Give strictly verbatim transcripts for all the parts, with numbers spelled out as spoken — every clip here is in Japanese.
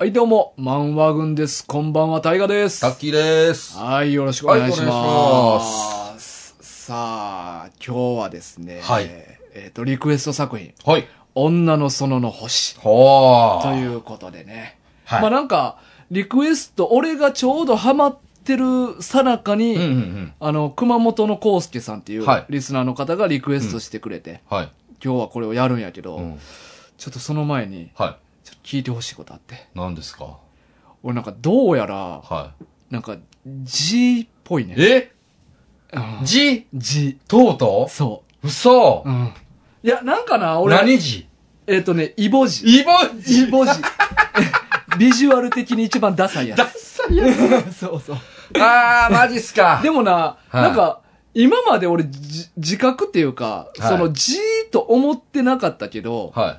はい、どうも、漫画軍です。こんばんは、タイガです。 タッキーです。 はい、よろしくお願いします。 はい、お願いします。 さあ、今日はですね、 はい、 えっ、ー、と、リクエスト作品。 はい。 女の園の星。 はということでね。 はい。 まあなんか、リクエスト、俺がちょうどハマってるさなかに、 うんうんうん、 あの、熊本の康介さんっていうはいリスナーの方がリクエストしてくれて、 うん、はい。 今日はこれをやるんやけど、 うん、 ちょっとその前に、 はい。 ちょっと聞いてほしいことあって。 何ですか？ 俺なんかどうやら、 はい。 なんか G っぽいね。 え、 うん、 G? G。 とうとうそう。 嘘、 うん。いや、なんかな、俺。 何字？ えっ、ー、とね、イボ字。 イボ字イボ字。ビジュアル的に一番ダサいやつ。 ダサいやつ。そうそう。 あー、マジっすか。 でもな、 はい、 なんか、今まで俺、自覚っていうか、はい、その G と思ってなかったけど、はい、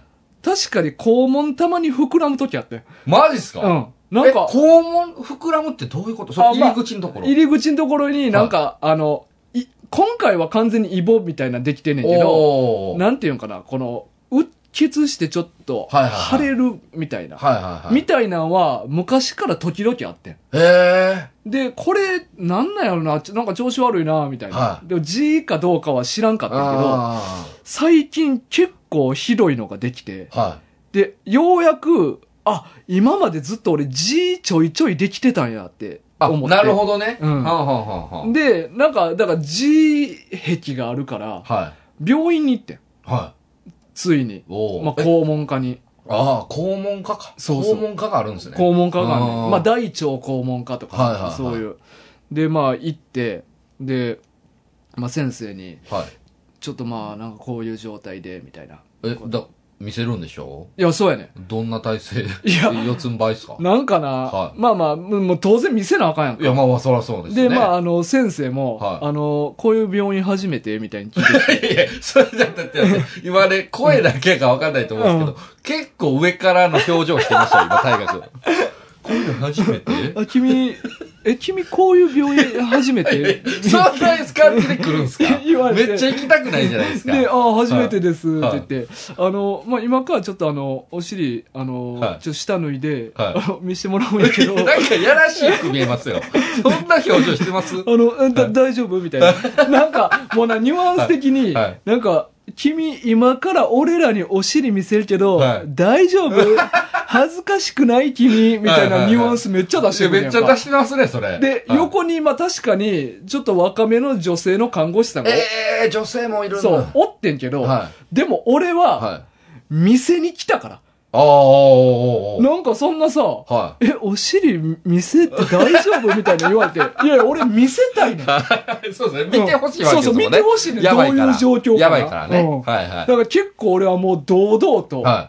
確かに肛門たまに膨らむときあって。 マジっすか？ うん。なんか。 肛門膨らむってどういうこと？そ入り口のところ、まあ、 入り口のところになんか、はい、あの、い、今回は完全にイボみたいなできてんねんけど、なんていうんかな、この、うっ血してちょっと、腫れるみたいな。はいはいはい。みたいなのは、昔から時々あってん。へえ。で、これ、なんなんやろな、なんか調子悪いな、みたいな。はい、でも G かどうかは知らんかったけど、最近結構ひどいのができて、はい、で、ようやく、あ、今までずっと俺 G ちょいちょいできてたんやって思って。 なるほどね。うん。はあはあはあ、で、なんか、だから G 壁があるから、はい、病院に行ってん。はい。ついに。まあ、肛門科に。 ああ、肛門科か。そうそう。肛門科があるんですね。 肛門科があるね。まあ、大腸肛門科とか、はいはいはい、そういう。で、まあ、行って、で、まあ、先生に、はい、ちょっとまあ、なんかこういう状態で、みたいな。 え、だ、見せるんでしょ？ いや、そうやね。 どんな体勢？いや、四つん這いですか？ なんかな、はい、まあまあ、もう当然見せなあかんやんか。 いや、まあまあ、そらそうですね。 で、まあ、あの、先生も、はい、あの、こういう病院初めてみたいに聞いて。 いや、それだって、今ね、声だけかわかんないと思うんですけど、うん、結構上からの表情してましたよ、今、大学。こういうの初めて？あ、 君、え、君こういう病院初めてそんな感じで来るんすか？言われて。めっちゃ行きたくないじゃないですか。 で、ああ、初めてです、って言って、はい、あの、まあ、今からちょっとあの、お尻、あの、はい、ちょっと下脱いで、はい、あの、見せてもらうんやけど。 なんかやらしいく見えますよ。そんな表情してます？ あの、だ、はい、大丈夫みたいな。なんか、もうな、ニュアンス的に、はいはい、なんか、君、今から俺らにお尻見せるけど、はい、大丈夫恥ずかしくない君みたいなニュアンスめっちゃ出してる、 はいはいはい、めっちゃ出してますね、それ。 で、はい、横に、まあ確かに、ちょっと若めの女性の看護師さんが。 ええー、女性もいるんだ。 そう、おってんけど、はい、でも俺は、はい、店に来たから。 ああ、 なんかそんなさ、はい、え、お尻見せて大丈夫みたいな言われて、いやいや、俺見せたいねん。 そうですね。見てほしいわけですもんね。そうそう、 見てほしいねん。どういう状況かな。 やばいからね。うん、 はいはい。だから結構俺はもう堂々と、はい、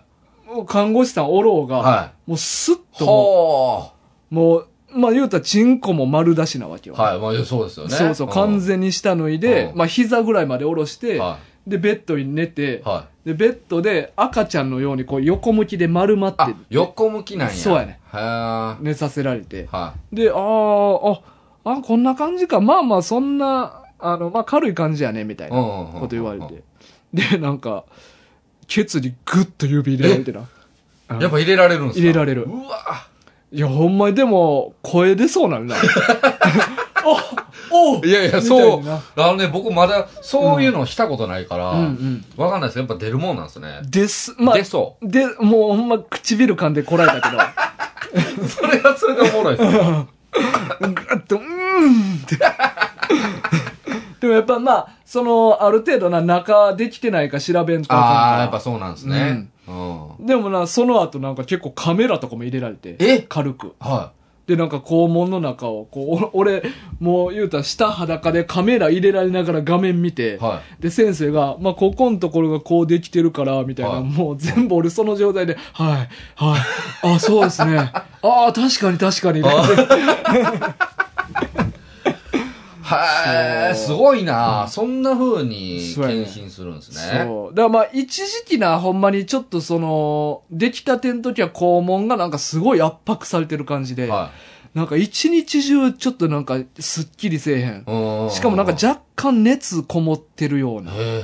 看護師さんおろうが、はい、もうスッともう、もう、まあ言うたらチンコも丸出しなわけよ。 はい、まあそうですよね。 そうそう、完全に下脱いで、まあ膝ぐらいまで下ろして、はい、で、ベッドに寝て、はい、で、ベッドで赤ちゃんのようにこう横向きで丸まって。あ、 横向きなんや。 そうやね。へ寝させられて。はい、で、ああ、あ、あ、こんな感じか。まあまあそんな、あの、まあ軽い感じやね、みたいなこと言われて。で、なんか、ケツにグッと指入れられてな。 やっぱ入れられるんですか？ 入れられる。うわ。いや、ほんまにでも、声出そうなんだ。おおいやいや、そう。あのね、僕まだそういうのしたことないから、うんうん、わかんないですけど、やっぱ出るもんなんですね。 です。まあ、 出そう。 で、もうほんま唇噛んでこられたけど。それはそれでおもろいですよ。 ガッと、うーんって。でもやっぱまあ、その、ある程度な中できてないか調べんとあかんから。 ああ、やっぱそうなんですね。 うんうん、でもな、その後なんか結構カメラとかも入れられて。え軽く。はい。で、なんか肛門の中を、こう、俺、もう言うたら下裸でカメラ入れられながら画面見て、はい、で、先生が、まあ、ここのところがこうできてるから、みたいな、はい、もう全部俺その状態で、はい、はい、あ、そうですね。ああ、確かに確かに。 へえ、すごいな、うん、そんな風に検診するんですね。 そう。だからまあ、一時期な、ほんまにちょっとその、できたての時は肛門がなんかすごい圧迫されてる感じで、はい、なんか一日中ちょっとなんかすっきりせえへん。しかもなんか若干熱こもってるような。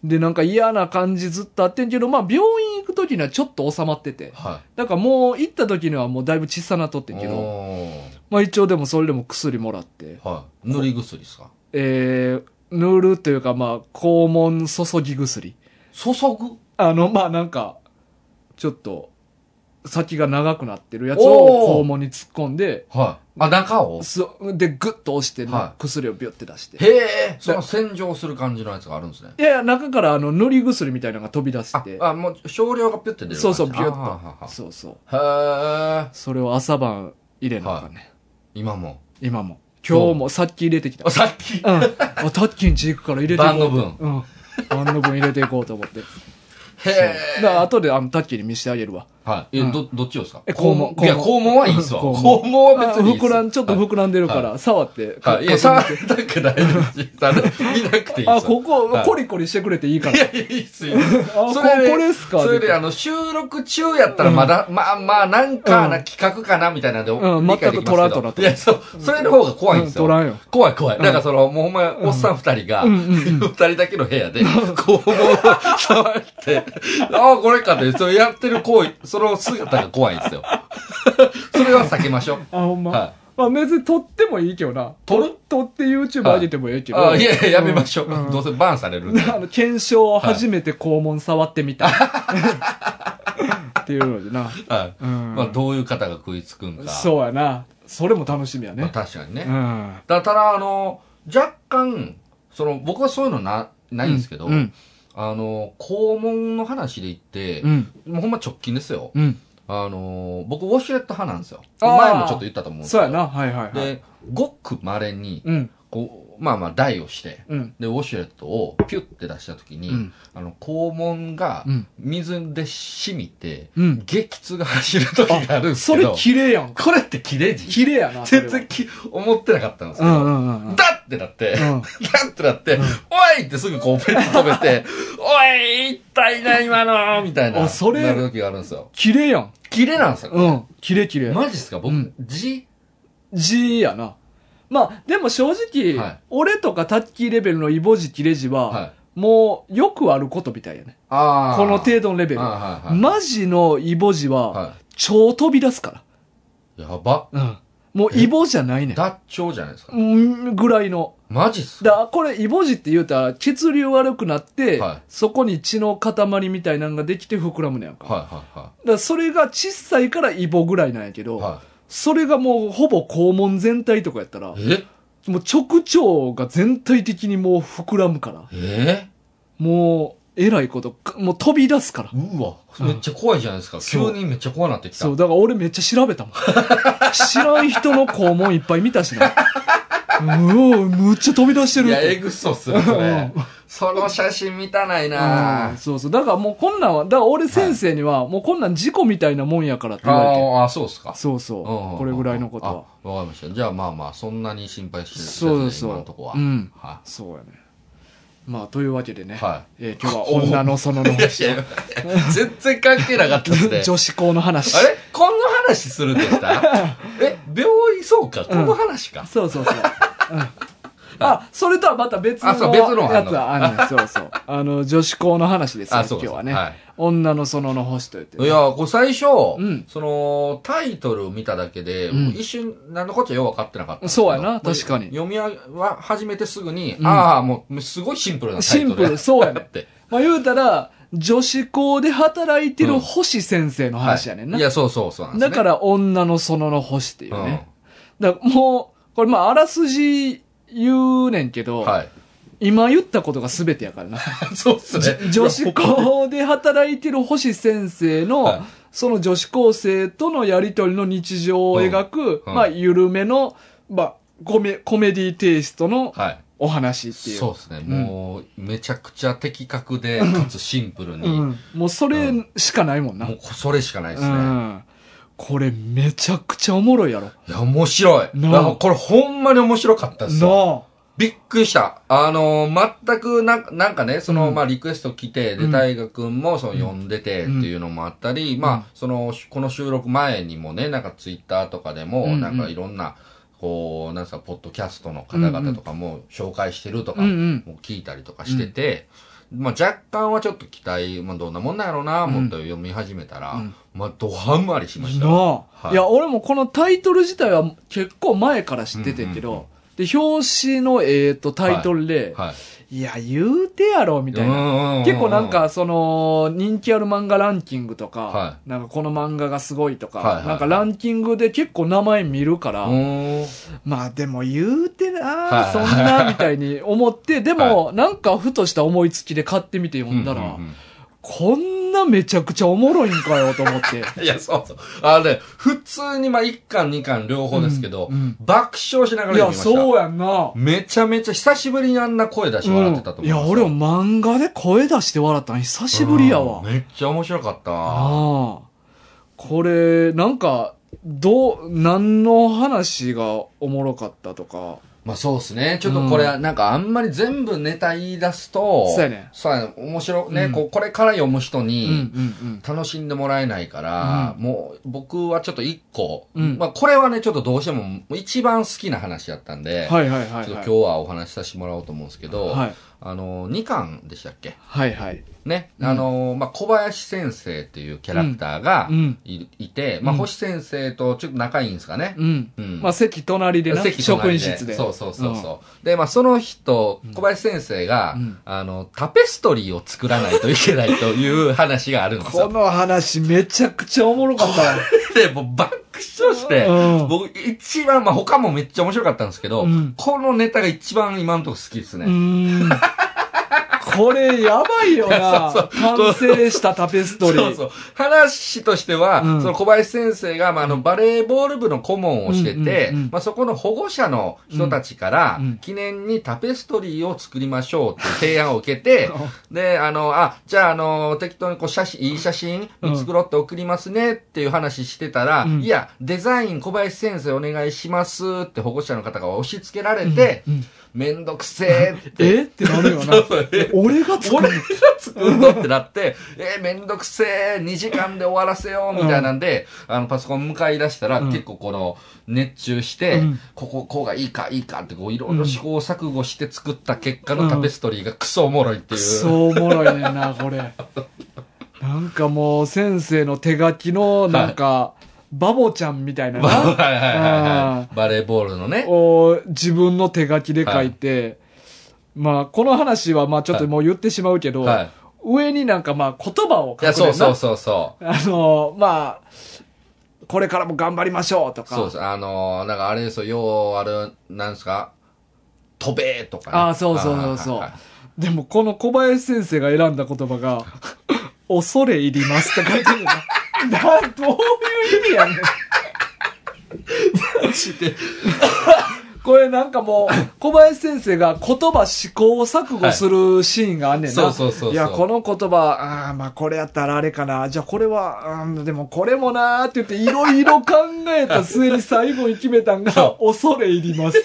で、なんか嫌な感じずっとあってんけど、まあ病院行く時にはちょっと収まってて。はい。だからもう行った時にはもうだいぶ小さなっとってんけど、まあ一応でもそれでも薬もらって。 はい。塗り薬ですか？ えー、塗るというかまあ、肛門注ぎ薬。 注ぐ？ あの、まあなんか、ちょっと、先が長くなってるやつを肛門に突っ込んで、 はい。あ、中をそで、グッと押して、ね、はい、薬をビュって出して。 へえ、その洗浄する感じのやつがあるんですね。 いやいや、中からあの、塗り薬みたいなのが飛び出して。 あ、あもう少量がピュって出る。 そうそう、ビュッと。はははそうそう。 へえ。 それを朝晩入れなあかんね、はい。 今も今も。今日もさっき入れてきた。 あ、さっきうん。あ、タッキンち行くから入れていこう。 晩の分。 うん。晩の分入れていこうと思って。へえ。だから後であのタッキーに見せてあげるわ。 はい。え、ど、どっちをですか？ え、肛門。 いや、肛門はいいっすわ。肛門は別にいいっす。 膨らん、ちょっと膨らんでるから、触って。 はい。いや、触りたくないし、見なくていいっす。 あ、ここ、コリコリしてくれていいから。 いや、いいっすよ。 それ、これっすか？ それで、あの、収録中やったらまだ、まあまあ、なんかな、企画かな、みたいなんで、 うん、全くトラトラと。 いや、そう、それの方が怖いんですよ。 トラよ。 怖い怖い。だからその、もうほんま、おっさん二人が、二人だけの部屋で、肛門を触って、ああ、これかって、それやってる行為、その姿が怖いんですよ。それは避けましょう。 あ、ほんま。はい。まあ別に撮ってもいいけどな。 撮る撮って YouTube 上げてもいいけど。 あ、いやいや、やめましょう。どうせバンされるんで。 あの、検証初めて肛門触ってみた。っていうのでな。 はい。まあどういう方が食いつくんか。 そうやな。それも楽しみやね。 確かにね。うん。だただ、あの、若干、その、僕はそういうのな、ないんですけど、あの、肛門の話で言って、もうほんま直近ですよ。うん。あのー、僕、ウォシュレット派なんですよ。前もちょっと言ったと思うんですけど。 そうやな。はいはいはい。 で、ごく稀に、うん、こう、まあまあ、台をして、うん、で、ウォシュレットをピュッて出したときに、うん、あの、肛門が水で染みて、うん、激痛が走る時があるんですけど。 それ綺麗やん。 これって綺麗じ綺麗やな。 全然き思ってなかったんですけど、うんうんうんうん、ダッってなって、うん、ダッってなって、うん、おいってすぐこうペット止めて、おい痛いな今のみたいな、あ、それなる時があるんですよ。 綺麗やん。 綺麗なんですよ。 うん。綺麗綺麗。 マジっすか僕、うん、G? G やな。まあ、でも正直、はい、俺とかタッキーレベルのイボジキレジは、はい、もうよくあることみたいやね。あこの程度のレベル。はいはい、マジのイボジは、はい、超飛び出すから。 やば。 うん。もうイボじゃないねん。 脱腸じゃないですか。 うん、ぐらいの。 マジっすか？だこれイボジって言うたら、血流悪くなって、はい、そこに血の塊みたいなのができて膨らむねやんか。はいはいはい。だからそれが小さいからイボぐらいなんやけど、はい、それがもうほぼ肛門全体とかやったら、えもう直腸が全体的にもう膨らむから。えもう、えらいこと、もう飛び出すから。 うわ、めっちゃ怖いじゃないですか。うん、急にめっちゃ怖なってきた。 そう、だから俺めっちゃ調べたもん。知らん人の肛門いっぱい見たしな。うわ、むっちゃ飛び出してる。 いや、エグソする、それ。その写真見たないな、 うん、そうそう。だからもうこんなんは、だから俺先生には、もうこんなん事故みたいなもんやからって言われて。 ああ、そうっすか。 そうそう。うん、これぐらいのことは。 わかりました。じゃあまあまあ、そんなに心配してる、ね、 そうそう。今のとこは。うん。はい。そうやね。まあ、というわけでね。はい。えー、今日は女のそのの話。 いやいや全然関係なかったですね。 女子校の話。 あれこんな話するんでしたえ、病院そうか、この話か。 うん、そうそうそう。うんあ、それとはまた別のやつはあんねん。そうそう。あの、女子校の話ですよ、今日はね。はい、女の園の星と言って、 ね。いや、これ最初、うん、その、タイトル見ただけで、うん、一瞬、何のこっちゃよく分かってなかった。 そうやな、確かに。 読みは始めてすぐに、うん、ああ、もう、すごいシンプルなタイトル。 シンプル、そうやねって。まあ言うたら、女子校で働いてる星先生の話やねんな。うんはい、いや、そうそうそうなんですね。 だから、女の園の星っていうね。うん、だからもう、これまあ、あらすじ、言うねんけど、はい、今言ったことが全てやからな。 そうっすね。 女子校で働いてる星先生の、はい、その女子高生とのやりとりの日常を描く、うんうん、まあ、緩めの、まあ、コメ、コメディテイストのお話っていう。 そうですね。うん、もう、めちゃくちゃ的確で、かつシンプルに。うん、 もうそれしかないもんな。 もうそれしかないですね。うんこれめちゃくちゃおもろいやろ。 いや、面白い。なこれほんまに面白かったっすよ。びっくりした。あのー、全くな、なんかね、その、うん、まあ、リクエスト来て、で、大河君も、その、読んでてっていうのもあったり、うん、まあ、その、この収録前にもね、なんかツイッターとかでも、うんうん、なんかいろんな、こう、なんすか、ポッドキャストの方々とかも紹介してるとか、も聞いたりとかしてて、 まあ若干はちょっと期待、まあどんなもんなんやろうな、思って読み始めたら、うん、まあドハマりしました。なあ、 はい。いや、俺もこのタイトル自体は結構前から知っててんけど、うんうんうん、で、表紙のえーと、タイトルで、はいはい、いや、言うてやろ、みたいな。結構なんか、その、人気ある漫画ランキングとか、はい、なんかこの漫画がすごいとか、はいはいはい、なんかランキングで結構名前見るから、まあでも言うてな、はい、そんな、みたいに思って、でも、なんかふとした思いつきで買ってみて読んだら、うんうんうん、こんなめちゃくちゃおもろいんかよと思って。 いや、そうそう。あのね、普通にまあいっかんにかん両方ですけど、うんうん、爆笑しながら読みました。 いや、そうやんな。 めちゃめちゃ久しぶりにあんな声出して笑ってたと思う、うん。 いや、俺も漫画で声出して笑ったの久しぶりやわ。 めっちゃ面白かった。ああ。これ、なんか、どう、何の話がおもろかったとか。 まあそうですね。ちょっとこれ、なんかあんまり全部ネタ言い出すと、 そうやね。 そうやね。面白いね、うん、こう。これから読む人に楽しんでもらえないから、うん、もう僕はちょっと一個、うん、まあこれはね、ちょっとどうしても一番好きな話やったんで、 はいはいはいはい、 ちょっと今日はお話しさせてもらおうと思うんですけど、はい、あの、にかんでしたっけ？ はいはい。 ね、あのー、まあ、小林先生っていうキャラクターがい,、うん、いて、まあ、星先生とちょっと仲いいんですかね。 うん。うん、まあ、席隣でな、席職員室で。 そうそうそうそう。うん、で、まあ、その人、小林先生が、うん、あの、タペストリーを作らないといけないという話があるんですよ。 この話めちゃくちゃおもろかった。 で、もう爆笑して、うん、僕一番、まあ、他もめっちゃ面白かったんですけど、うん、このネタが一番今のところ好きですね。うんこれやばいよな。そうそう完成したタペストリー。そうそう。 話としては、うん、その小林先生が、まあ、あの、バレーボール部の顧問をしてて、うんうんうん、まあ、そこの保護者の人たちから、記念にタペストリーを作りましょうっていう提案を受けて、で、あの、あ、じゃあ、あの、適当にこう写真、いい写真作ろうって送りますねっていう話してたら、うん、いや、デザイン小林先生お願いしますって保護者の方が押し付けられて、うんうんめんどくせえって。 えってなるよな。俺が作る俺が作るのってなって、えー、めんどくせえ、にじかんで終わらせようみたいなんで、うん、あの、パソコン向かい出したら、うん、結構この、熱中して、うん、ここ、こうがいいか、いいかって、こう、いろいろ試行錯誤して作った結果のタペストリーがクソおもろいっていう。クソおもろいねんな、これ。なんかもう、先生の手書きの、なんか、はいバボちゃんみたいなな。 はいはいはいはい。バレーボールのね。 を自分の手書きで書いて、はい、まあ、この話はまあちょっともう言ってしまうけど、はい、上になんかまあ言葉を書くねんな。いや、 そうそうそうそう。 あの、まあ、これからも頑張りましょうとか。 そうです。あの、なんかあれですよ、ようある、なんですか、飛べーとかね。 ああ、そうそうそうそう。はいはい、でもこの小林先生が選んだ言葉が、恐れ入りますって書いてるな。な、どういう意味やねん。マジで。これなんかもう、小林先生が言葉試行錯誤するシーンがあんねんな。 はい、そうそうそうそう。 いや、この言葉、ああ、まあこれやったらあれかな。じゃあこれは、うん、でもこれもなーって言っていろいろ考えた末に最後に決めたんが、恐れ入ります。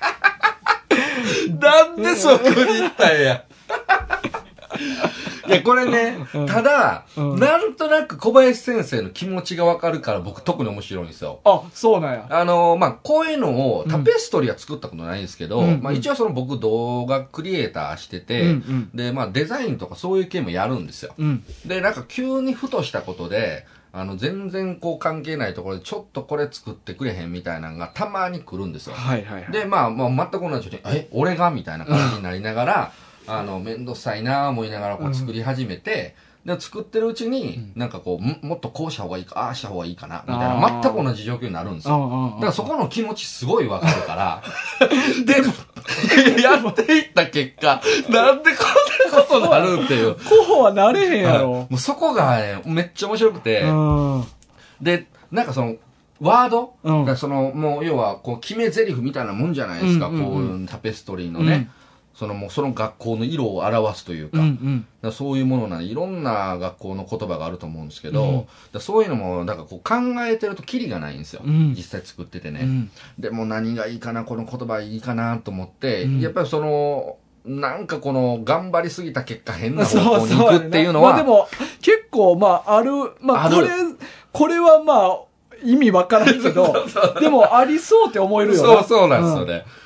なんでそこに行ったんや。いや、これね、うん、ただ、うん、なんとなく小林先生の気持ちがわかるから僕特に面白いんですよ。 あ、そうなんや。 あのー、まあ、こういうのをタペストリーは作ったことないんですけど、うん、まあ、一応その僕動画クリエイターしてて、うんうん、で、まあ、デザインとかそういう系もやるんですよ。うん、で、なんか急にふとしたことで、あの、全然こう関係ないところでちょっとこれ作ってくれへんみたいなのがたまに来るんですよ。 はいはいはい。 で、まあ、まあ、全く同じように、え、俺がみたいな感じになりながら、あの、めんどくさいなぁ思いながらこう作り始めて、うん、で、作ってるうちに、なんかこう、もっとこうした方がいいか、ああした方がいいかな、みたいな、全く同じ状況になるんですよ。だからそこの気持ちすごいわかるから、で、やっていった結果、なんでこんなことになるっていう。 候補はなれへんやろ。 もうそこがね、めっちゃ面白くて、で、なんかその、ワード、うん、その、もう、要は、こう、決め台詞みたいなもんじゃないですか、うんうんうん、こういうタペストリーのね。うんそのもうその学校の色を表すというか、うんうん、だそういうものなんでいろんな学校の言葉があると思うんですけど、うん、だそういうのもなんかこう考えてるとキリがないんですよ、うん、実際作っててね、うん、でも何がいいかなこの言葉いいかなと思って、うん、やっぱりそのなんかこの頑張りすぎた結果変な方向に行くっていうのは、 そうそうね、まあ、でも結構まああるまあこれこれはまあ意味わからんけどでもありそうって思えるよな。 そうそうなんですよね、うん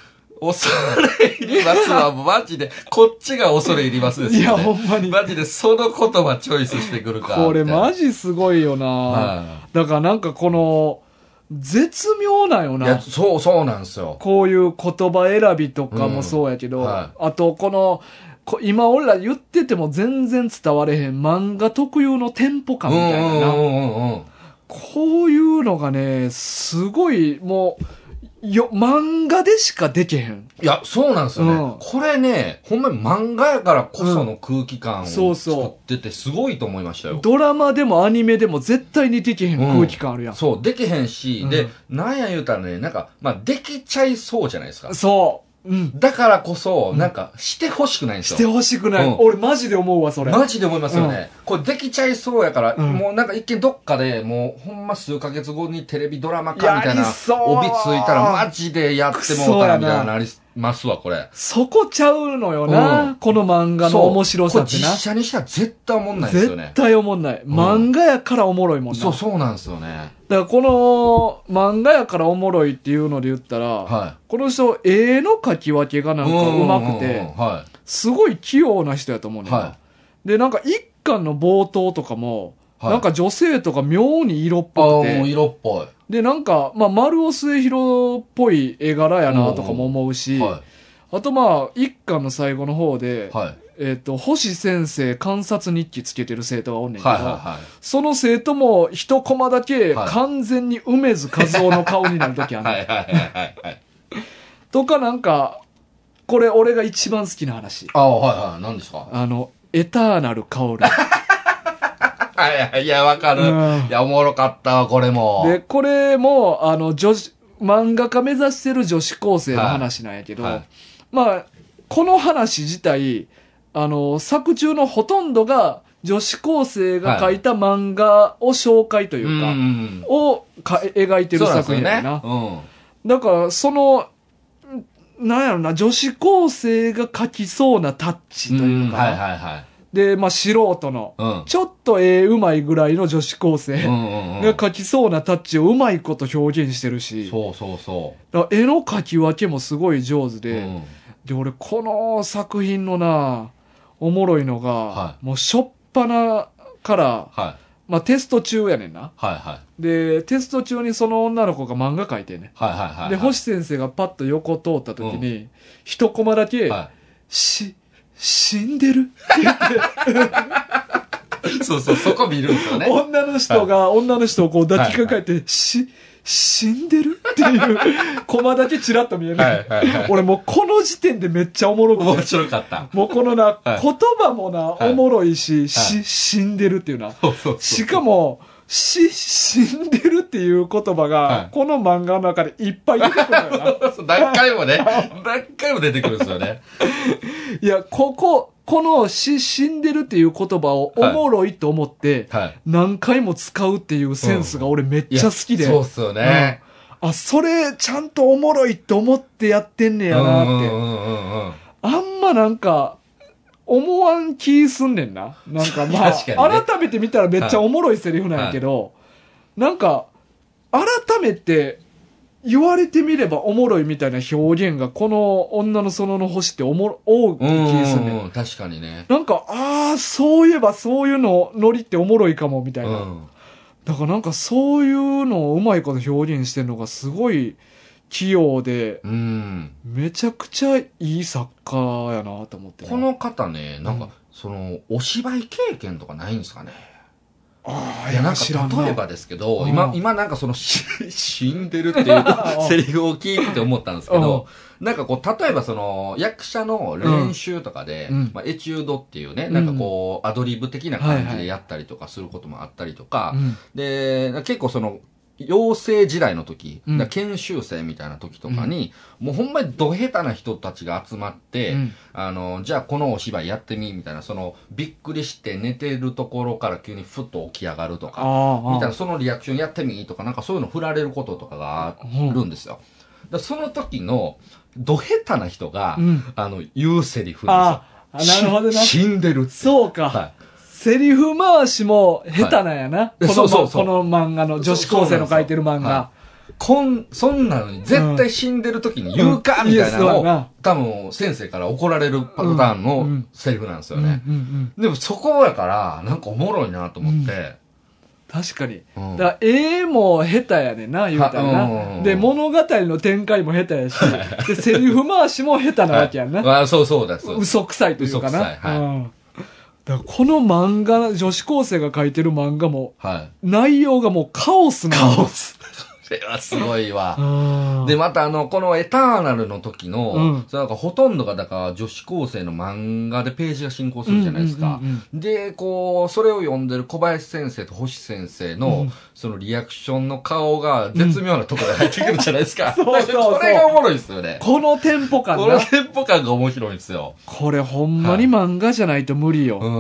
恐れ入りますは、マジで、こっちが恐れ入りますですよね。 いや、ほんまに。 マジで、その言葉チョイスしてくるか。 これマジすごいよな、はい、だからなんかこの、絶妙なんよな。いや、 そう、そうなんですよ。 こういう言葉選びとかもそうやけど、うんはい、あとこの、今俺ら言ってても全然伝われへん漫画特有のテンポ感みたいなな。こういうのがね、すごい、もう、よ、漫画でしかできへん。 いや、そうなんですよね。うん、これね、ほんまに漫画やからこその空気感を作っててすごいと思いましたよ。 うん、そうそうドラマでもアニメでも絶対にできへん空気感あるやん。うん、 そう、できへんし、うん、で、なんや言うたらね、なんか、まあ、できちゃいそうじゃないですか。 そう。うん、 だからこそ、なんか、してほしくないんですよ。 してほしくない、うん。俺マジで思うわ、それ。 マジで思いますよね。うん、これできちゃいそうやから、うん、もうなんか一見どっかでもうほんま数ヶ月後にテレビドラマ化みたいな、帯ついたらマジでやってもうたらみたいななりますわ、これ。 そこちゃうのよな、うん、この漫画の面白さってな。 実写にしたら絶対思んないですよね。 絶対思んない。漫画やからおもろいもんな。 そう、そうなんですよね。 だからこの漫画やからおもろいっていうので言ったら、はい、この人、絵の描き分けがなんか上手くて、はい、すごい器用な人やと思うねんな、はい。で、なんか一巻の冒頭とかも、はい、なんか女性とか妙に色っぽくて。 ああ、もう色っぽい。 で、なんか、まあ、丸尾末広っぽい絵柄やなとかも思うし、はい、あとまあ、一巻の最後の方で、はいえっと、星先生観察日記つけてる生徒がおんねんけど、はいはいはい、その生徒も一コマだけ完全に梅津和夫の顔になるときあるねん。とかなんか、これ俺が一番好きな話。 ああ、はいはい。何ですか？ あの、エターナルカオル。 いや、わかる、うん。いや、おもろかったわ、これも。 で、これも、あの、女子、漫画家目指してる女子高生の話なんやけど、はいはい、まあ、この話自体、あの、作中のほとんどが女子高生が描いた漫画を紹介というか、はい、をか描いてる作品やな。うん、だから、その、なんやろな、女子高生が描きそうなタッチというか、はいはいはい、で、まあ、素人の、うん、ちょっと絵うまいぐらいの女子高生が描きそうなタッチをうまいこと表現してるし、 そうそうそう。 だから絵の描き分けもすごい上手で、うん、で、俺、この作品のな、おもろいのが、はい、もうしょっぱなから、はい、まあテスト中やねんな。はいはい、で、テスト中にその女の子が漫画描いてね。はいはいはいはい、で、星先生がパッと横通った時に、うん、一コマだけ、はい、し、死んでるって言って。 そうそう、そこ見るんですよね。 女の人が、はい、女の人をこう抱きかかえて、はいはい、し、死んでるっていうコマだけチラッと見える、はいはいはい、俺もうこの時点でめっちゃおもろくて面白かったもうこのな、はい、言葉もな、はい、おもろいし、はい、し死んでるっていうな、そうそうそう、しかもし死んでるっていう言葉が、はい、この漫画の中でいっぱい出てくるんだよな何回もね何回も出てくるんですよね。 いや、こここのし死んでるっていう言葉をおもろいと思って、はいはい、何回も使うっていうセンスが俺めっちゃ好きで。 うん、そうっすよね、 うん。あ、それちゃんとおもろいって思ってやってんねやなって。あんまなんか、思わん気すんねんな。なんかまあ、ね、改めて見たらめっちゃおもろいセリフなんやけど、はいはい、なんか、改めて、言われてみればおもろいみたいな表現がこの女の園の星っておもろ、多い気がするね。 確かにね。 なんか、ああ、そういえばそういうの、ノリっておもろいかもみたいな。うん、だからなんかそういうのをうまいこと表現してるのがすごい器用で、うん、めちゃくちゃいい作家やなと思って、ね。 この方ね、なんか、うん、その、お芝居経験とかないんですかね。 ああ、 いや、なんか、例えばですけど、今、今なんかその、死んでるっていうセリフを聞いて思ったんですけど、なんかこう、例えばその、役者の練習とかで、うん、まあ、エチュードっていうね、なんかこう、アドリブ的な感じでやったりとかすることもあったりとか、はいはい、で、結構その、養成時代の時、うん、研修生みたいな時とかに、うん、もうほんまにド下手な人たちが集まって、うん、あの、じゃあこのお芝居やってみ、みたいな、その、びっくりして寝てるところから急にふっと起き上がるとか、みたいな、そのリアクションやってみ、とか、なんかそういうの振られることとかがあるんですよ。うん、だその時の、ド下手な人が、うん、あの、言うセリフですよ。 ああ、なるほどな。 死んでるって。 そうか。はい、セリフ回しも下手なんやな。はい、この、そうそうそうこの漫画の女子高生の書いてる漫画。はいはい、 こん、そんなのに絶対死んでる時に言うか、うん、みたいなのを、うん、多分先生から怒られるパターンのセリフなんですよね。でもそこやから、なんかおもろいなと思って。うん確かに。うん、だから絵も下手やねんな、言うたらな。うん、で、物語の展開も下手やし、で、セリフ回しも下手なわけやんな。 はい、あそうそうです。 嘘くさいというかな。嘘くさい。はい。うんだからこの漫画、女子高生が描いてる漫画も、はい、内容がもうカオスなカオス。それはすごいわ。で、またあの、このエターナルの時の、うん、そのなんかほとんどがだから女子高生の漫画でページが進行するじゃないですか。で、こう、それを読んでる小林先生と星先生の、うん、そのリアクションの顔が絶妙なところで入ってくるじゃないですか。そうそうそう。これがおもろいですよね。 このテンポ感な。このテンポ感が面白いんですよ。 これほんまに漫画じゃないと無理よ。はい、うん、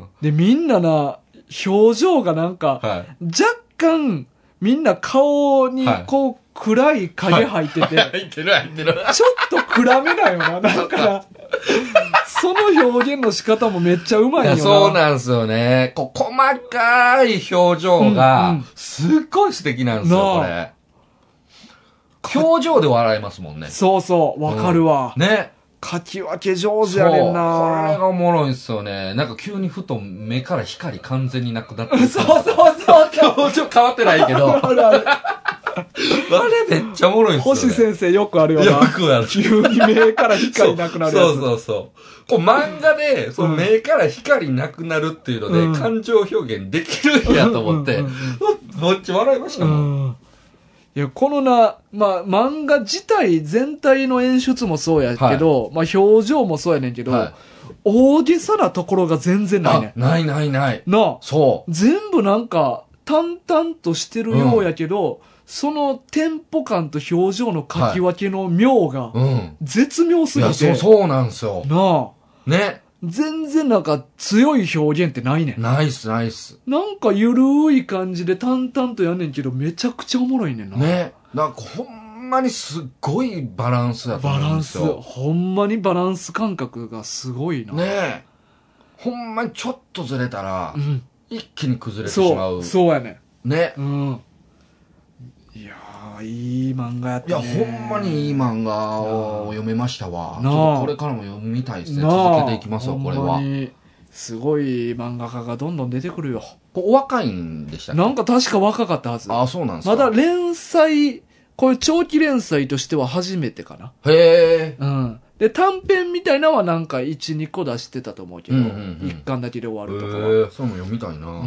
で、みんなな、表情がなんか、はい、若干、みんな顔にこう暗い影入ってて、 入ってる入ってる。 ちょっと暗めだよな。だから、その表現の仕方もめっちゃうまいよな。 そうなんですよね。こう細かい表情が、すっごい素敵なんですよ、これ。表情で笑えますもんね。 そうそう、わかるわ。 うん、ね。 書き分け上手やねんな。 これがおもろいんですよね。なんか急にふと目から光完全になくなってる。 そうそうそうそう。 表情変わってないけど。あれあれ。あれめっちゃおもろいんですよね。 星先生よくあるよな。 よくある。 急に目から光なくなるやつ。 そうそうそうこう漫画で、その目から光なくなるっていうので、うん、感情表現できるんやと思って、どっち笑いましたもん。うんいや、このな、まあ、漫画自体全体の演出もそうやけど、はい、まあ、表情もそうやねんけど、はい、大げさなところが全然ないね。 ないないない。 なあ。 そう。 全部なんか、淡々としてるようやけど、うん、そのテンポ感と表情の書き分けの妙が、絶妙すぎて。 はいうん、いや、そう、そうなんですよ。 なあ。ね。 全然なんか強い表現ってないねん。 ないっす、ないっす。 なんかゆるい感じで淡々とやんねんけど、めちゃくちゃおもろいねんな。 ね。なんかほんまにすっごいバランスだと思うんですよ。 バランス。ほんまにバランス感覚がすごいな。 ねえ。ほんまにちょっとずれたら、うん、一気に崩れてしまう。 そう、そうやねん。ね。 うん。いやー、いい漫画やったね。 いや、ほんまにいい漫画を読めましたわ。ちょっとこれからも読みたいですね。続けていきますわ、これは。 すごい漫画家がどんどん出てくるよ。 お若いんでしたっけ？ なんか確か若かったはず。 あ、そうなんですか。 まだ連載、これ長期連載としては初めてかな。 へー。うん。で、短編みたいなのはなんかいち、にこ出してたと思うけど、うんうんうん、いっかんだけで終わるとかは。へー、それも読みたいな。 うん、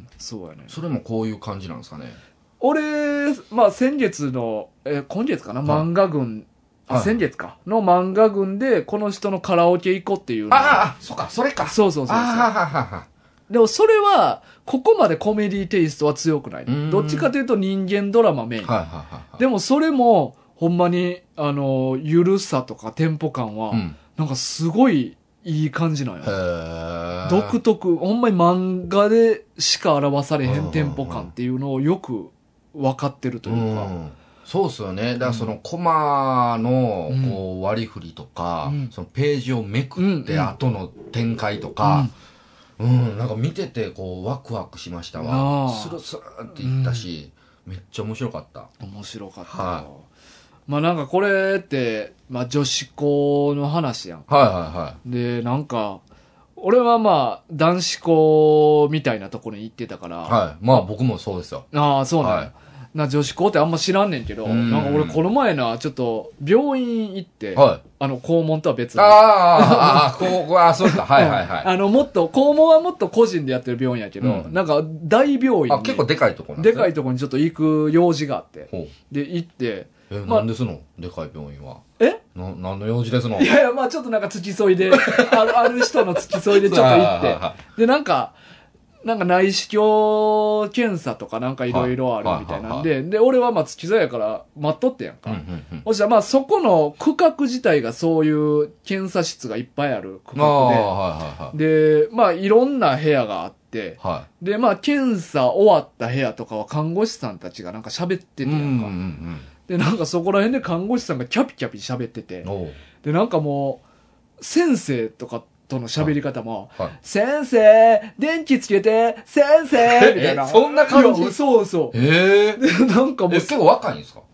そうやね。 それもこういう感じなんですかね。 俺、まあ先月の、え、今月かな、漫画群、あ、はい、先月か。の漫画群で、この人のカラオケ行こうっていうの。 ああ、そうか、それか。 そうそうそうそう。あはははでもそれは、ここまでコメディテイストは強くない、ね。どっちかというと人間ドラマメイン。はいはいはい、でもそれも、ほんまに、あの、ゆるさとかテンポ感は、うん、なんかすごいいい感じなんや。独特、ほんまに漫画でしか表されへんテンポ感っていうのをよく分かってるというか。 うんそうっすよね。だからそのコマのこう割り振りとか、うん、そのページをめくって後の展開とか、うん、うんうん、なんか見ててこうワクワクしましたわ。スルスルっていったし、うん、めっちゃ面白かった。 面白かった。はい、まあなんかこれって、まあ女子校の話やん。 はいはいはい。 で、なんか、俺はまあ男子校みたいなところに行ってたから。 はい。まあ僕もそうですよ。 ああ、そうなんだ。はいな女子校ってあんま知らんねんけど、んなんか俺この前な、ちょっと病院行って、はい、あの、肛門とは別に。ああ、ああ、こう、ああ、そうか、はいはいはい。 あの、もっと、肛門はもっと個人でやってる病院やけど、うん、なんか大病院あ、結構でかいとこなんですね。でかいとこにちょっと行く用事があって、で、行って、 え、まあ、なんですのでかい病院は。 えな、何の用事ですのいやいや、まあちょっとなんか付き添いで、ある、ある人の付き添いでちょっと行って、で、なんか、なんか内視鏡検査とかなんかいろいろあるみたいなんで、で、俺はまあ付き添いやから待っとってやんか。そしたらまあそこの区画自体がそういう検査室がいっぱいある区画で、で、まあいろんな部屋があって、はい、で、まあ検査終わった部屋とかは看護師さんたちがなんか喋っててやんか。で、なんかそこら辺で看護師さんがキャピキャピ喋ってて、で、なんかもう、先生とか、との喋り方も、はいはい、先生電気つけて先生みたいな。 そんな感じそうそう。 へえ。 なんかもう。 結構若いんですか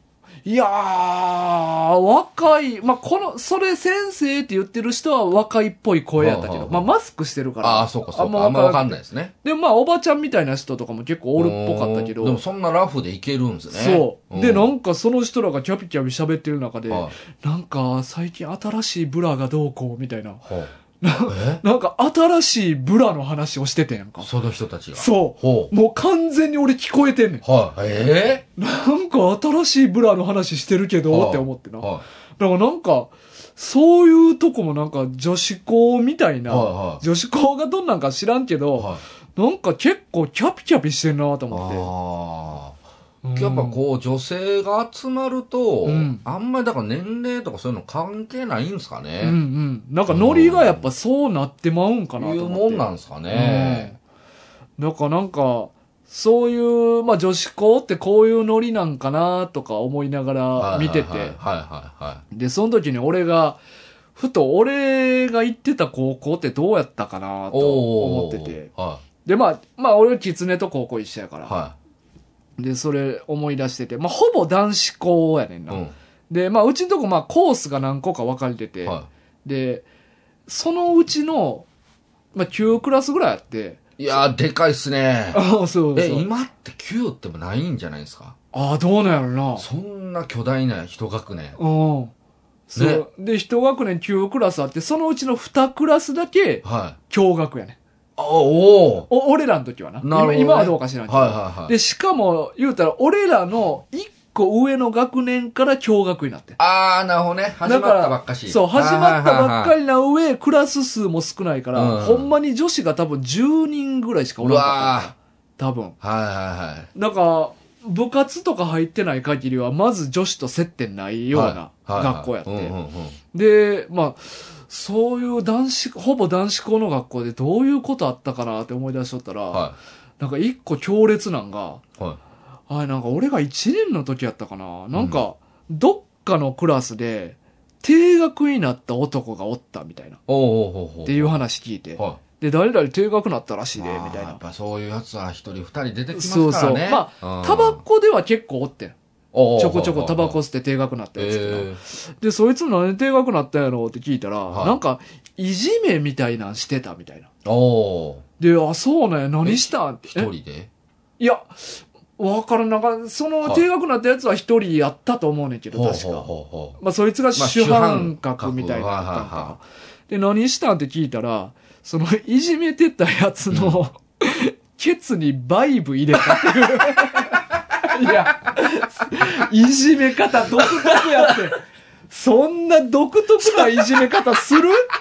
いやー、若い、まあ、この、それ先生って言ってる人は若いっぽい声やったけど、はあはあ、まあ、マスクしてるから。 ああ、そうかそうか。あんまわかんないですね。 で、まあ、おばちゃんみたいな人とかも結構おるっぽかったけど。 でもそんなラフでいけるんですね。 そう。で、なんかその人らがキャピキャピ喋ってる中で、 はあ、なんか最近新しいブラがどうこうみたいな。 はあな, なんか新しいブラの話をしててんやんか。 その人たちが。 そう。ほうもう完全に俺聞こえてんねん。 はい、えー、なんか新しいブラの話してるけど、はあ、って思ってな。はあ、だからなんか、そういうとこもなんか女子校みたいな、はいはい、女子校がどんなんか知らんけど、はい、なんか結構キャピキャピしてんなと思って。あやっぱこう女性が集まると、うん、あんまりだから年齢とかそういうの関係ないんですかね。 うんうん。なんかノリがやっぱそうなってまうんかなと思って。 いうもんなんですかね。 うん、なんかなんか、そういう、まあ女子校ってこういうノリなんかなとか思いながら見てて。はいはいはい。で、その時に俺が、ふと俺が行ってた高校ってどうやったかなと思ってて。はい、で、まあ、まあ俺は狐と高校一緒やから。はいで、それ思い出してて、まあ、ほぼ男子校やねんな。うん、で、まあ、うちのとこ、まあ、コースが何個か分かれてて、はい、で、そのうちの、まあ、きゅうクラスぐらいあって、 いやー、でかいっすね。 ああ、そうそう。 え、今ってきゅうってもないんじゃないですか？ ああ、どうなんやろな。 そんな巨大な一学年。 うん。そう。ね、で、一学年きゅうクラスあって、そのうちのにクラスだけ、はい。共学やねん。 おお俺らの時はな。なるほどね、今, 今はどうか知らんけど、はいはいはい。で、しかも、言うたら、俺らの一個上の学年から共学になって。 あー、なるほどね。始まったばっかし。 そう、始まったばっかりな上、クラス数も少ないから、うん、ほんまに女子が多分じゅうにんぐらいしかおらんかった。多分。 はいはいはい。 だから、部活とか入ってない限りは、まず女子と接点ないような学校やって。で、まあ、そういう男子、ほぼ男子校の学校でどういうことあったかなって思い出しとったら、はい、なんか一個強烈なんが、はい、あ、なんか俺がいちねんの時やったかな、なんか、どっかのクラスで、停学になった男がおったみたいな。っていう話聞いて。はい、で、誰々停学なったらしいで、みたいな。 やっぱそういうやつは一人二人出てきますからね。そうそう。 まあ、タバコでは結構おってん。ちょこちょこタバコ吸って停学なったやつけど、えー、で、そいつなんで停学なったんやろって聞いたら、はい、なんか、いじめみたいなんしてたみたいな。おで、あ、そうね、何したんって。 一人でいや、わからん、なんか、その停学なったやつは一人やったと思うねんけど、確か。まあ、そいつが主犯格みたいなのあったんか。で、何したんって聞いたら、その、いじめてたやつの、うん、ケツにバイブ入れたっていう。いや、いじめ方独特やって。そんな独特ないじめ方する？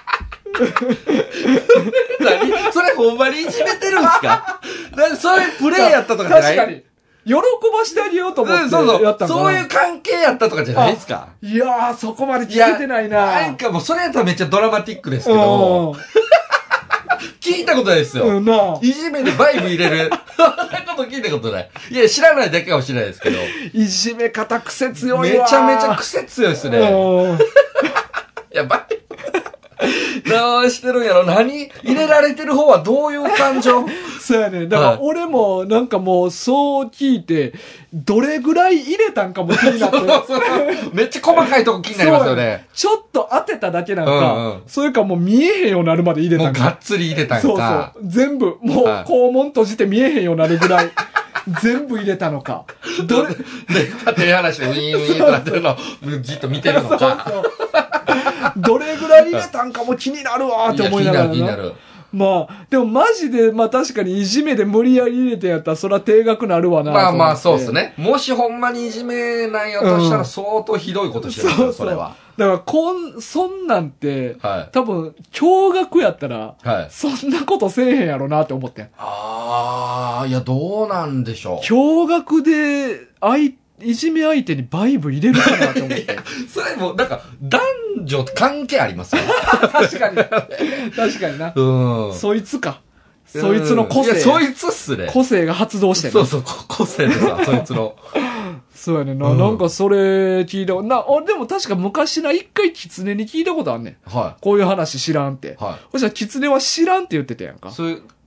何それほんまにいじめてるんすか？そういうプレイやったとかじゃない？ 確かに。喜ばしてあげようと思ってやったんかな、うん、そうそう。 そういう関係やったとかじゃないですか？ いやー、そこまで聞けてないな。 なんかもうそれやったらめっちゃドラマティックですけど。聞いたことないですよ。うん、いじめでバイブ入れる。そんなこと聞いたことない。いや、知らないだけかもしれないですけど。 いじめ方癖強いわ。 めちゃめちゃ癖強いですね。いや、バイブ。どうしてるんやろ？何入れられてる方はどういう感情？ そうやね。だから俺もなんかもうそう聞いて、どれぐらい入れたんかも気になって。そうそうめっちゃ細かいとこ気になりますよね。 ちょっと当てただけなんか、うんうん、それかもう見えへんようになるまで入れたんか。 もうがっつり入れたんか。そうそう。全部、もう肛門閉じて見えへんようになるぐらい。全部入れたのか。 どれ、で、手話でウィーンウィーンとなってるのをじっと見てるのか。そうそうどれぐらい入れたんかも気になるわーって思いながらな。気になる、気になる。まあ、でもマジで、まあ確かにいじめで無理やり入れてやったら、そら定額なるわな。 まあまあそうですね。もしほんまにいじめなんやとしたら相当ひどいことしてるんですよ、うん、それは。 だからこん、そんなんて、はい、多分、驚愕やったら、はい、そんなことせえへんやろなって思ってん。 ああ、いや、どうなんでしょう。 驚愕で、あい、いじめ相手にバイブ入れるかなって思って。 それも、なんか、男女関係ありますよ。 確かに。確かにな。うん。そいつか。そいつの個性。いや、 そいつっすね。 個性が発動してる。 そうそう、個性でさ、そいつの。 そうやねんな、うん。なんかそれ聞いた。な、俺でも確か昔な、一回狐に聞いたことあんねん。はい。こういう話知らんって。はい。そしたら狐は知らんって言ってたやんか。 そういう、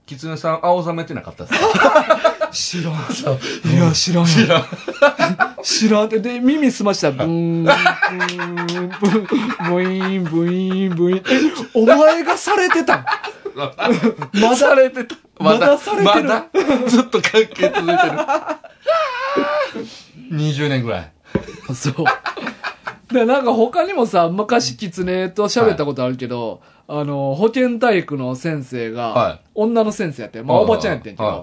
狐さん青ざめてなかったですか？ 知らん。いや、知らん。知らん。知らんって。で、耳すましたら、ブーン、ブーン、ブーン、ブイーン、ブイーン、ブイーン。え、お前がされてたん？ まだされてた。 まだされてる。 まだずっと関係続いてる。にじゅうねんぐらい。 そう。で、なんか他にもさ、昔狐と喋ったことあるけど、はい、あの、保健体育の先生が、はい、女の先生やって、まあおばちゃんやってんけど、はい、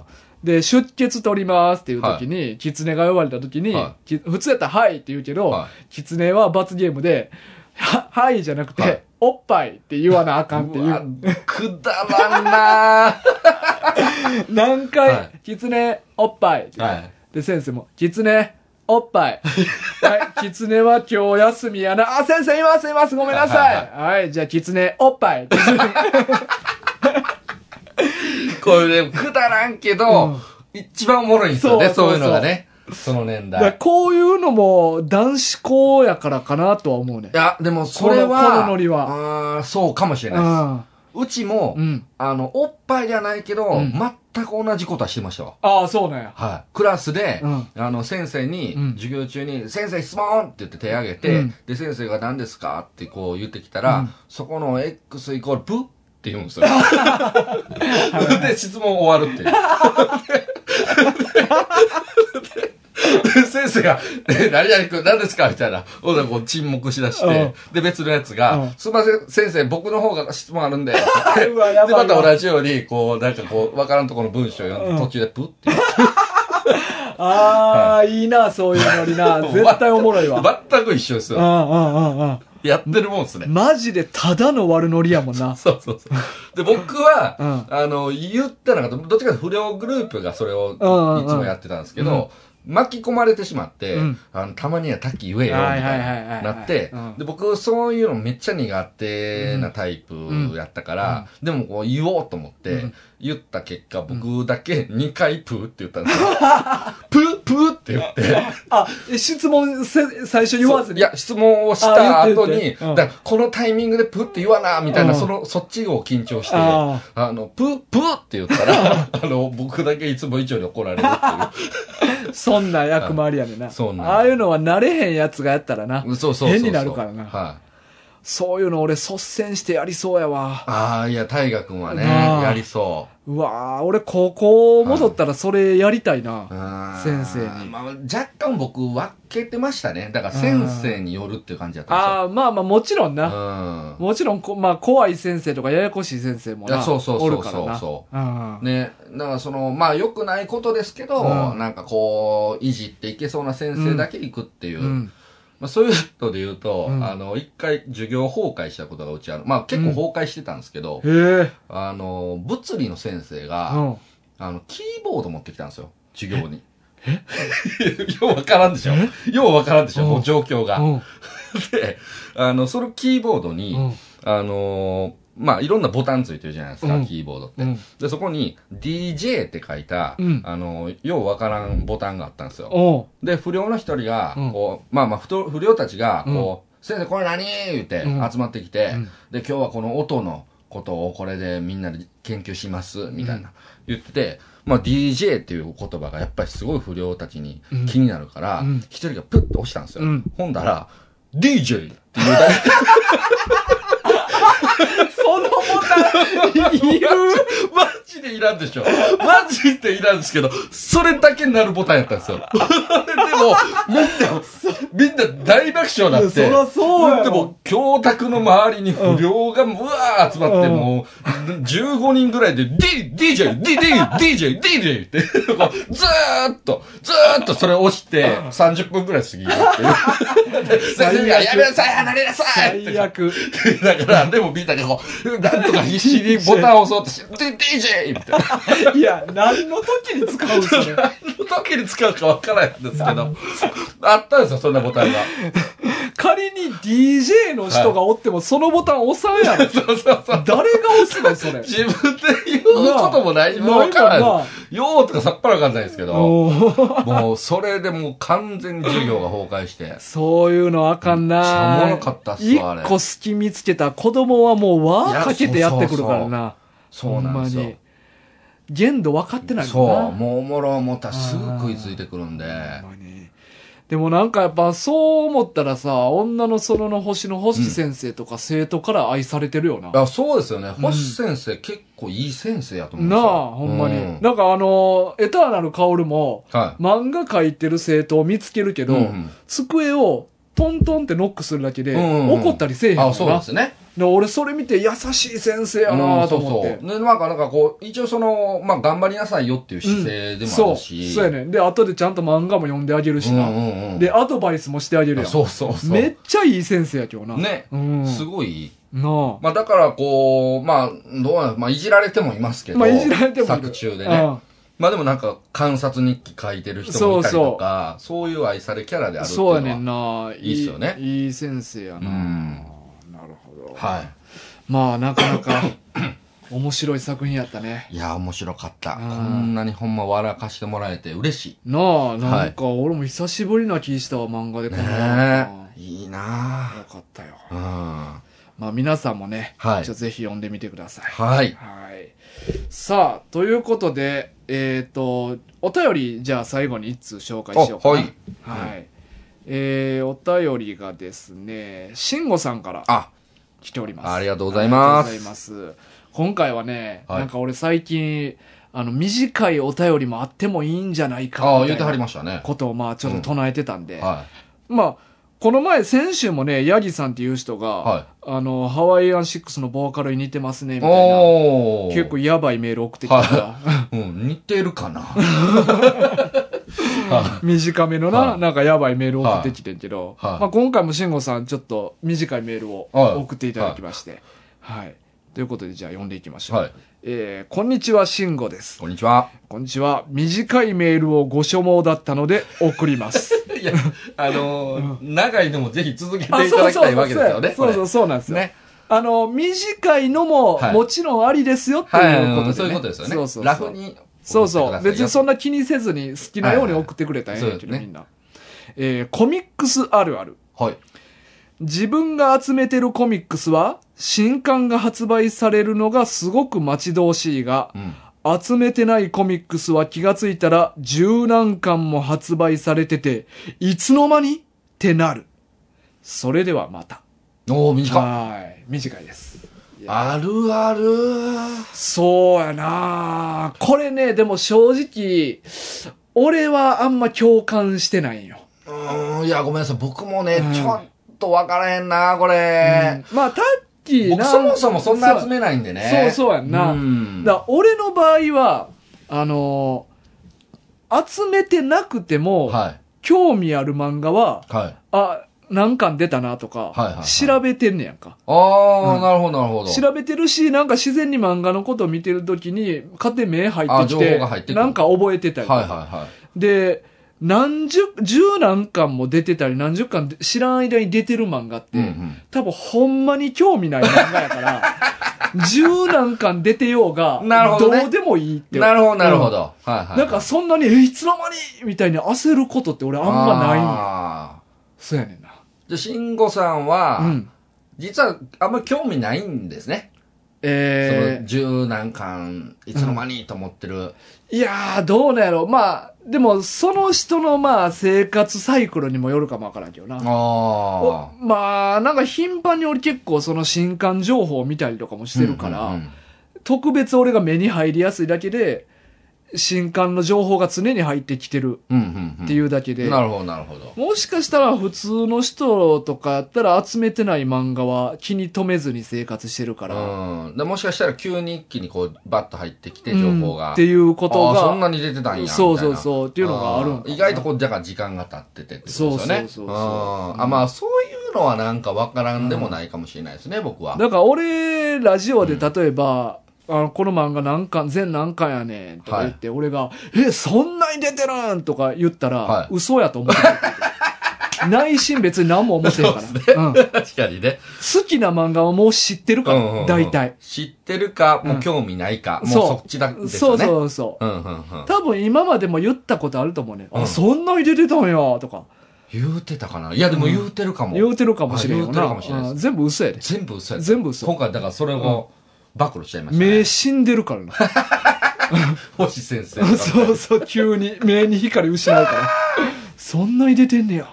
で、出血取りますっていう時に、はい、狐が呼ばれた時に、はい、普通やったらはいって言うけど、はい、狐は罰ゲームで、は、はいじゃなくて、はい、おっぱいって言わなあかんっていう。 うくだらんな何回、はい、狐、おっぱい、はい、で、先生も、狐、おっぱい。はい、狐は今日休みやな。あ、先生いますいます、ごめんなさい。はい、はいはい、じゃあ狐、おっぱい。 これね、くだらんけど、うん、一番おもろいんですよね、そういうのがね。その年代。 だこういうのも男子校やからかなとは思うね。 いや、でもそれは、この、このノリは。 あそうかもしれないです。うちも、うん、あの、おっぱいじゃないけど、うん、全く同じことはしてましたわ。 ああ、そうなんや。 はい。クラスで、うん、あの、先生に、うん、授業中に、先生質問って言って手挙げて、うん、で、先生が何ですかってこう言ってきたら、うん、そこの X イコールプって言うんですよ。で、質問終わるっていう。先生が、え、何々君何ですかみたいな。ほんならこう沈黙しだして、で、別のやつが、すいません、先生、僕の方が質問あるんで、で、また同じように、こう、なんかこう、わからんところの文章を読んで、途中でプッって言って。 ああ、いいな、そういうノリな。絶対おもろいわ。 全く一緒ですよ。やってるもんですね。 マジでただの悪ノリやもんな。 そうそうそう。で、僕は、あの、言ってなかった。どっちかというと不良グループがそれをいつもやってたんですけど、巻き込まれてしまって、うん、あの、たまには滝言えよ、みたいな、なって、で、僕、そういうのめっちゃ苦手なタイプやったから、うん、でもこう言おうと思って、うん、言った結果、僕だけにかいプーって言ったんですよ。プー、プーって言って。 あ、質問せ、最初言わずに。 いや、質問をした後に、うん、だこのタイミングでプーって言わな、みたいな、うん、その、そっちを緊張して、あ, あの、プー、プーって言ったら、あの、僕だけいつも以上に怒られるっていう。 そんな役回りやねんな。そうなんああいうのは慣れへんやつがやったらな。 そうそうそうそう。 変になるからな。はい。そういうの俺率先してやりそうやわ。 ああ、いや、大河君はね、やりそう。 うわー、俺高校戻ったらそれやりたいな。先生に。 まあ、若干僕分けてましたね。だから先生によるっていう感じだったんですよ。 ああ、まあまあもちろんな。もちろんこ、まあ怖い先生とかややこしい先生もな。 そうそうそうそうそう。ね。だからその、まあ良くないことですけど、なんかこう、いじっていけそうな先生だけ行くっていう。うんまあ、そういうので言うと、うん、あの、一回授業崩壊したことがうちある。まあ結構崩壊してたんですけど、うん、あの、物理の先生が、うん、あの、キーボード持ってきたんですよ、授業に。えようわからんでしょようわからんでしょもう状況が。で、あの、そのキーボードに、あのー、まあ、いろんなボタンついてるじゃないですか、うん、キーボードって、うん。で、そこに ディージェー って書いた、うん、あの、ようわからんボタンがあったんですよ。で、不良の一人が、こう、まあまあ不、不良たちが、こう、先生これ何言って集まってきて、で、今日はこの音のことをこれでみんなで研究します、みたいな、言ってて、まあ、ディージェー っていう言葉がやっぱりすごい不良たちに気になるから、一人がプッと押したんですよ。ほんだら、ディージェー っていうだけ。 そのボタンいるマジでいらんでしょマジでいらんですけど、それだけになるボタンやったんですよ。でも、みんな、みんな大爆笑になって。そらそうや。 でも、教託の周りに不良がうわー集まって、もう、じゅうごにんぐらいで、D、ディージェー、D、D、ディージェー、ディージェーって、ずーっと、ずーっとそれを押して、さんじゅっぷんぐらい過ぎるっていう。先生が、やめなさい離れなさい最悪。 だから、でもみんなでこう、なんとか必死にボタンを押そうとして、ディージェー みたいな。 いや、何の時に使うんそれ。 何の時に使うかわからないんですけど、あったんですよ、そんなボタンが。 仮に ディージェー の人がおっても、そのボタン押さんやろ。そうそうそう。誰が押すのそれ。 自分で言うこともない。もうわからない。よーとかさっぱらわかんないですけど、もう、それでもう完全に授業が崩壊して。 そういうのあかんな。 めっちゃおもろかったっすわ、あれ。 一個隙見つけた子供はもう輪かけてやってくるからな。 そうなんですよ。 限度分かってないもんな。そう、もうおもろ思ったらすぐ食いついてくるんで。 でもなんかやっぱそう思ったらさ、女の園の星の星先生とか生徒から愛されてるよな。 うん、あそうですよね。星先生、うん、結構いい先生やと思うんですよ。なあ、ほんまに。うん、なんかあの、エターナルカオルも、はい、漫画描いてる生徒を見つけるけど、うんうん、机をトントンってノックするだけで、うんうんうん、怒ったりせえへんのな。 あ、そうですね。 で俺それ見て優しい先生やなと思って、うん、そうそうでなんかなんかこう一応そのまあ頑張りなさいよっていう姿勢でもあるし、 うん、そうそうやね。で後でちゃんと漫画も読んであげるしな、うんうんうん、でアドバイスもしてあげるやん。 そうそうそうめっちゃいい先生や今日なね、うん、すごいなあ、 まあだからこうまあどうなまあいじられてもいますけど、 まあいじられてもいる作中でね、うん、まあでもなんか観察日記書いてる人もいたりとか、そうそういう愛されキャラであるっていうのはそうやねんな、いいっすよね。 いい先生やな、うん、なるほど。 はい。 まあなかなか面白い作品やったね。 いや面白かった。こんなにほんま笑かしてもらえて嬉しい。 なあ、なんか俺も久しぶりな気したわ、漫画でこのねえいいなあよかったよ。 うん。 まあ皆さんもね、 はい、 ちょっとぜひ読んでみてください。 はい。 はい。さあ、ということで、えっと、お便りじゃあ最後に一通紹介しようかな。 はい。 はい。えー、お便りがですね、しんごさんから。 あ来ております。 ありがとうございます。 ありがとうございます。今回はね、はい、なんか俺最近、あの、短いお便りもあってもいいんじゃないかみたいな。あ、 言ってはりましたね。 ことをまあちょっと唱えてたんで。 うんはい、 まあ、この前、先週もね、ヤギさんっていう人が、はい、あの、ハワイアンシックスのボーカルに似てますね、みたいな。結構やばいメール送ってきたから。 はい、うん、似てるかな。 短めのな、はい、なんかやばいメール送ってきてんけど、はい、まあ今回も慎吾さんちょっと短いメールを送っていただきまして、はい。はい、ということでじゃあ読んでいきましょう。はい、えー、こんにちは、慎吾です。 こんにちは。 こんにちは。短いメールをご所望だったので送ります。 いや、あのーうん、長いのもぜひ続けていただきたいわけですよね。 そうそうそうなんですよ。ね。あの、短いのももちろんありですよっていうことで、ね。はい、 そういうことですよね。そうそうそう。ラフに。 そうそう。別にそんな気にせずに好きなように送ってくれたらええねんけど、みんな。えー、コミックスあるある。 はい。 自分が集めてるコミックスは、新刊が発売されるのがすごく待ち遠しいが、うん、集めてないコミックスは気がついたら十何巻も発売されてて、いつの間にってなる。それではまた。 おー、短い。 はい。短いです。 あるある。 そうやなこれね、でも正直、俺はあんま共感してないよ。 うーん、いや、ごめんなさい。僕もね、うん、ちょっとわからへんなこれ、 うん。まあ、タッキーな。 僕そもそもそんな集めないんでね。 そうそうやんな。うん、だから俺の場合は、あのー、集めてなくても、はい、興味ある漫画は、はい、あ、何巻出たなとか、はいはいはい、調べてんねやんか。 ああ、うん、なるほどなるほど。 調べてるし、なんか自然に漫画のことを見てるときに、勝手に目入ってきて、てなんか覚えてたりとか。 はいはいはい。 で、何十、十何巻も出てたり、何十巻知らん間に出てる漫画って、うんうん、多分ほんまに興味ない漫画やから、十何巻出てようが、なるほどね、どうでもいいって。 なるほどなるほど。 うん、はいはい。なんかそんなに、え、いつの間にみたいに焦ることって俺あんまないのよ。そうやねんな。 で、慎吾さんは、うん、実はあんまり興味ないんですね。ええー。その十何巻、いつの間にと思ってる。うん、 いやー、どうなんやろ。まあ、でも、その人のまあ、生活サイクルにもよるかもわからんけどな。ああ。まあ、なんか頻繁に俺結構その新刊情報を見たりとかもしてるから、うんうんうん、特別俺が目に入りやすいだけで、新刊の情報が常に入ってきてるっていうだけで、 うんうんうん、なるほどなるほど。 もしかしたら普通の人とかやったら集めてない漫画は気に留めずに生活してるから、 うん、でもしかしたら急に一気にこうバッと入ってきて情報が、 うん、っていうことがそんなに出てたんやみたいな、 そうそうそうっていうのがあるんかな。 意外とこうだから時間が経っててってことですよね。そうそうそうそう、うん、あ、まあそういうのはなんかわからんでもないかもしれないですね、うん、僕は。 だから俺ラジオで例えば、うんあの、この漫画何巻、全何巻やねんとか言って、はい、俺が、え、そんなに出てるんとか言ったら、はい、嘘やと思ってる。内心別に何も思ってんから。そうですね。うん、 確かにね。 好きな漫画はもう知ってるから、うんうんうん、大体。 知ってるか、もう興味ないか、うん、もうそっちだですよね。 そうそうそう。うんうんうん、多分今までも言ったことあると思うね。うん、あ、そんなに出てたんや、とか。 言うてたかないや、でも言うてるかも。 うん、言うてるかもしれんよな。 言うてるかもしれない。 全部嘘やで。 全部嘘やで。 全部嘘。 今回、だからそれを、暴露しちゃいました、 ね。目死んでるからな。 星先生。 そうそう、急に目に光失うから。そんなに出てんねや。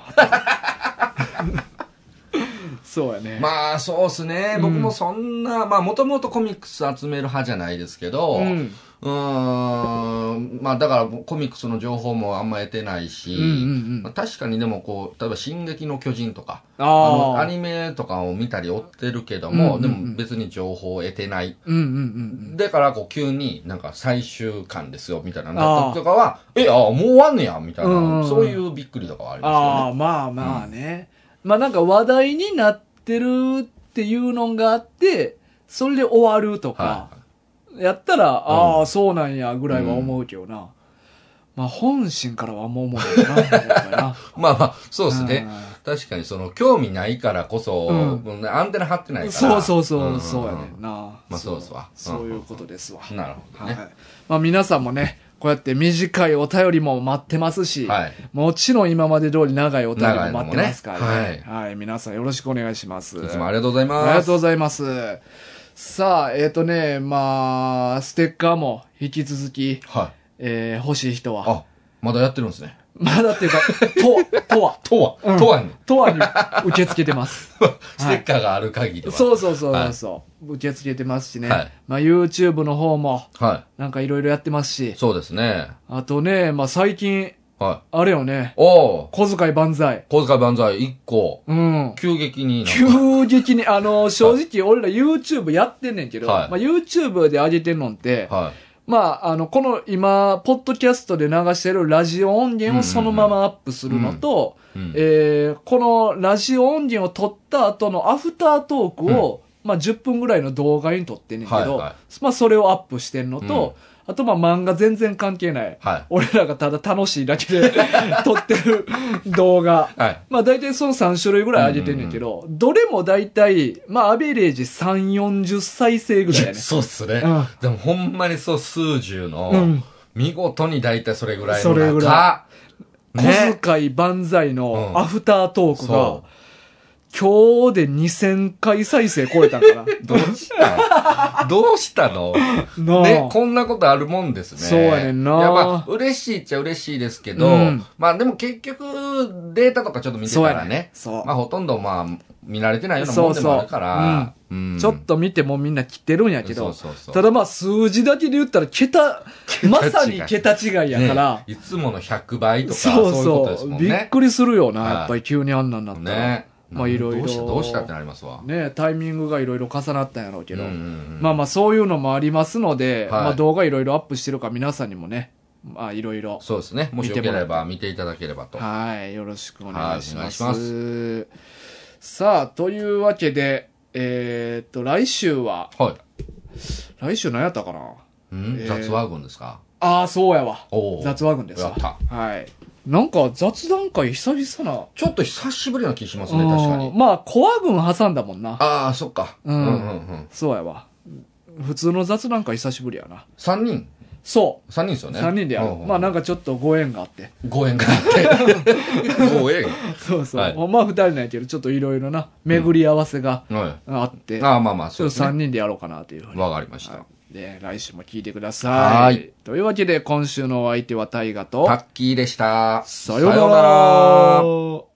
そうやね。 まあ、そうっすね。僕もそんな、うん、まあ、もともとコミックス集める派じゃないですけど、うん、うーん、まあ、だからコミックスの情報もあんま得てないし、うんうんうんまあ、確かにでもこう、例えば進撃の巨人とか、あのアニメとかを見たり追ってるけども、うんうんうん、でも別に情報を得てない。うんうんうん、だからこう、急になんか最終巻ですよ、みたいなのとかは、え、あ、もう終わんねや、みたいな、うんうん、そういうびっくりとかはありますよね。 ああ、まあまあね。うんまあなんか話題になってるっていうのがあって、それで終わるとか、やったら、はい、ああ、うん、そうなんやぐらいは思うけどな。うん、まあ本心からはもう思うな。なまあまあ、そうですね。確かにその興味ないからこそ、うん、アンテナ張ってないから。 そうそうそう、うん、そうやねんな。 まあそうですわ。 そういうことですわ。 なるほどね。 はい、まあ皆さんもね、こうやって短いお便りも待ってますし、はい、もちろん今まで通り長いお便りも待ってますからね。ねはい、はい。皆さんよろしくお願いします。 いつもありがとうございます。 ありがとうございます。さあ、えっ、ー、とね、まあ、ステッカーも引き続き、はい、えー、欲しい人は。 あ、まだやってるんですね。 まだっていうか、と、とは。 とは、うん、とはに。 とはに受け付けてます。 ステッカーがある限りは。 そうそうそうそう、はい。受け付けてますしね。はい、まあ YouTube の方も、はい。なんかいろいろやってますし。 そうですね。 あとね、まあ最近、はい。あれよね。 お小遣い万歳。 小遣い万歳いっこ。うん。急激に。 急激に、あの、正直俺ら YouTube やってんねんけど、はい、まあ YouTube で上げてんのって、はい。まあ、あの、この今、ポッドキャストで流してるラジオ音源をそのままアップするのと、うんうんうん、えー、このラジオ音源を撮った後のアフタートークを、うん、まあじゅっぷんぐらいの動画に撮ってんねんけど、はいはい、まあそれをアップしてんのと、うんあとまあ漫画全然関係ない。はい、俺らがただ楽しいだけで撮ってる動画。はい、まあ大体そのさん種類ぐらい上げてんねんけど、うんうんうん、どれも大体、まあアベレージさん、よんじゅっ再生ぐらいやね。 そうっすね、うん。でもほんまにそう数十の、うん、見事に大体それぐらいの中。それぐらい。ね、小遣い万歳のアフタートークが、うん今日でにせんかい再生超えたんかな。 どうしたどうしたのね、こんなことあるもんですね。 そうやねんな。 いやまあ、嬉しいっちゃ嬉しいですけど、うん、まあでも結局、データとかちょっと見てたらね、そうねまあほとんどまあ、見られてないようなもんでもあるから、そうそううんうん、ちょっと見てもみんな切ってるんやけど、そうそうそうただまあ数字だけで言ったら桁、まさに桁違いやから、 ね、いつものひゃくばいとか、そうそういうことですもんね。 びっくりするよな、やっぱり急にあんなんなったら。ねまあいろいろ。 どうしたどうしたってなりますわ。 ねタイミングがいろいろ重なったんやろうけど。うんうんうん、まあまあそういうのもありますので、はい、まあ動画いろいろアップしてるから皆さんにもね、まあいろいろ。 そうですね。もしよければ見ていただければと。 はい。よろしくお願いします。はい、お願いします。さあ、というわけで、えー、っと、来週は、はい。来週何やったかなうん、えー、雑話群ですかああ、そうやわ。雑話群ですわ。 やった。 はい。なんか雑談会久々な。 ちょっと久しぶりな気しますね、確かに。 まあ、コア軍挟んだもんな。 ああ、そっか。うん。うんうんうん。 そうやわ。普通の雑談会久しぶりやな。 さんにんそう。 さんにんですよね。 さんにんでやる。うんうん、まあなんかちょっとご縁があって。 ご縁があって。ご縁そうそう。はい、まあふたりなんやけど、ちょっといろいろな、巡り合わせがあって。 うんはい、ああ、まあまあ、 そうですね。さんにんでやろうかなというふうに。 わかりました。はいで、来週も聞いてください。はい。というわけで、今週のお相手はタイガと、 タッキーでした。 さようなら。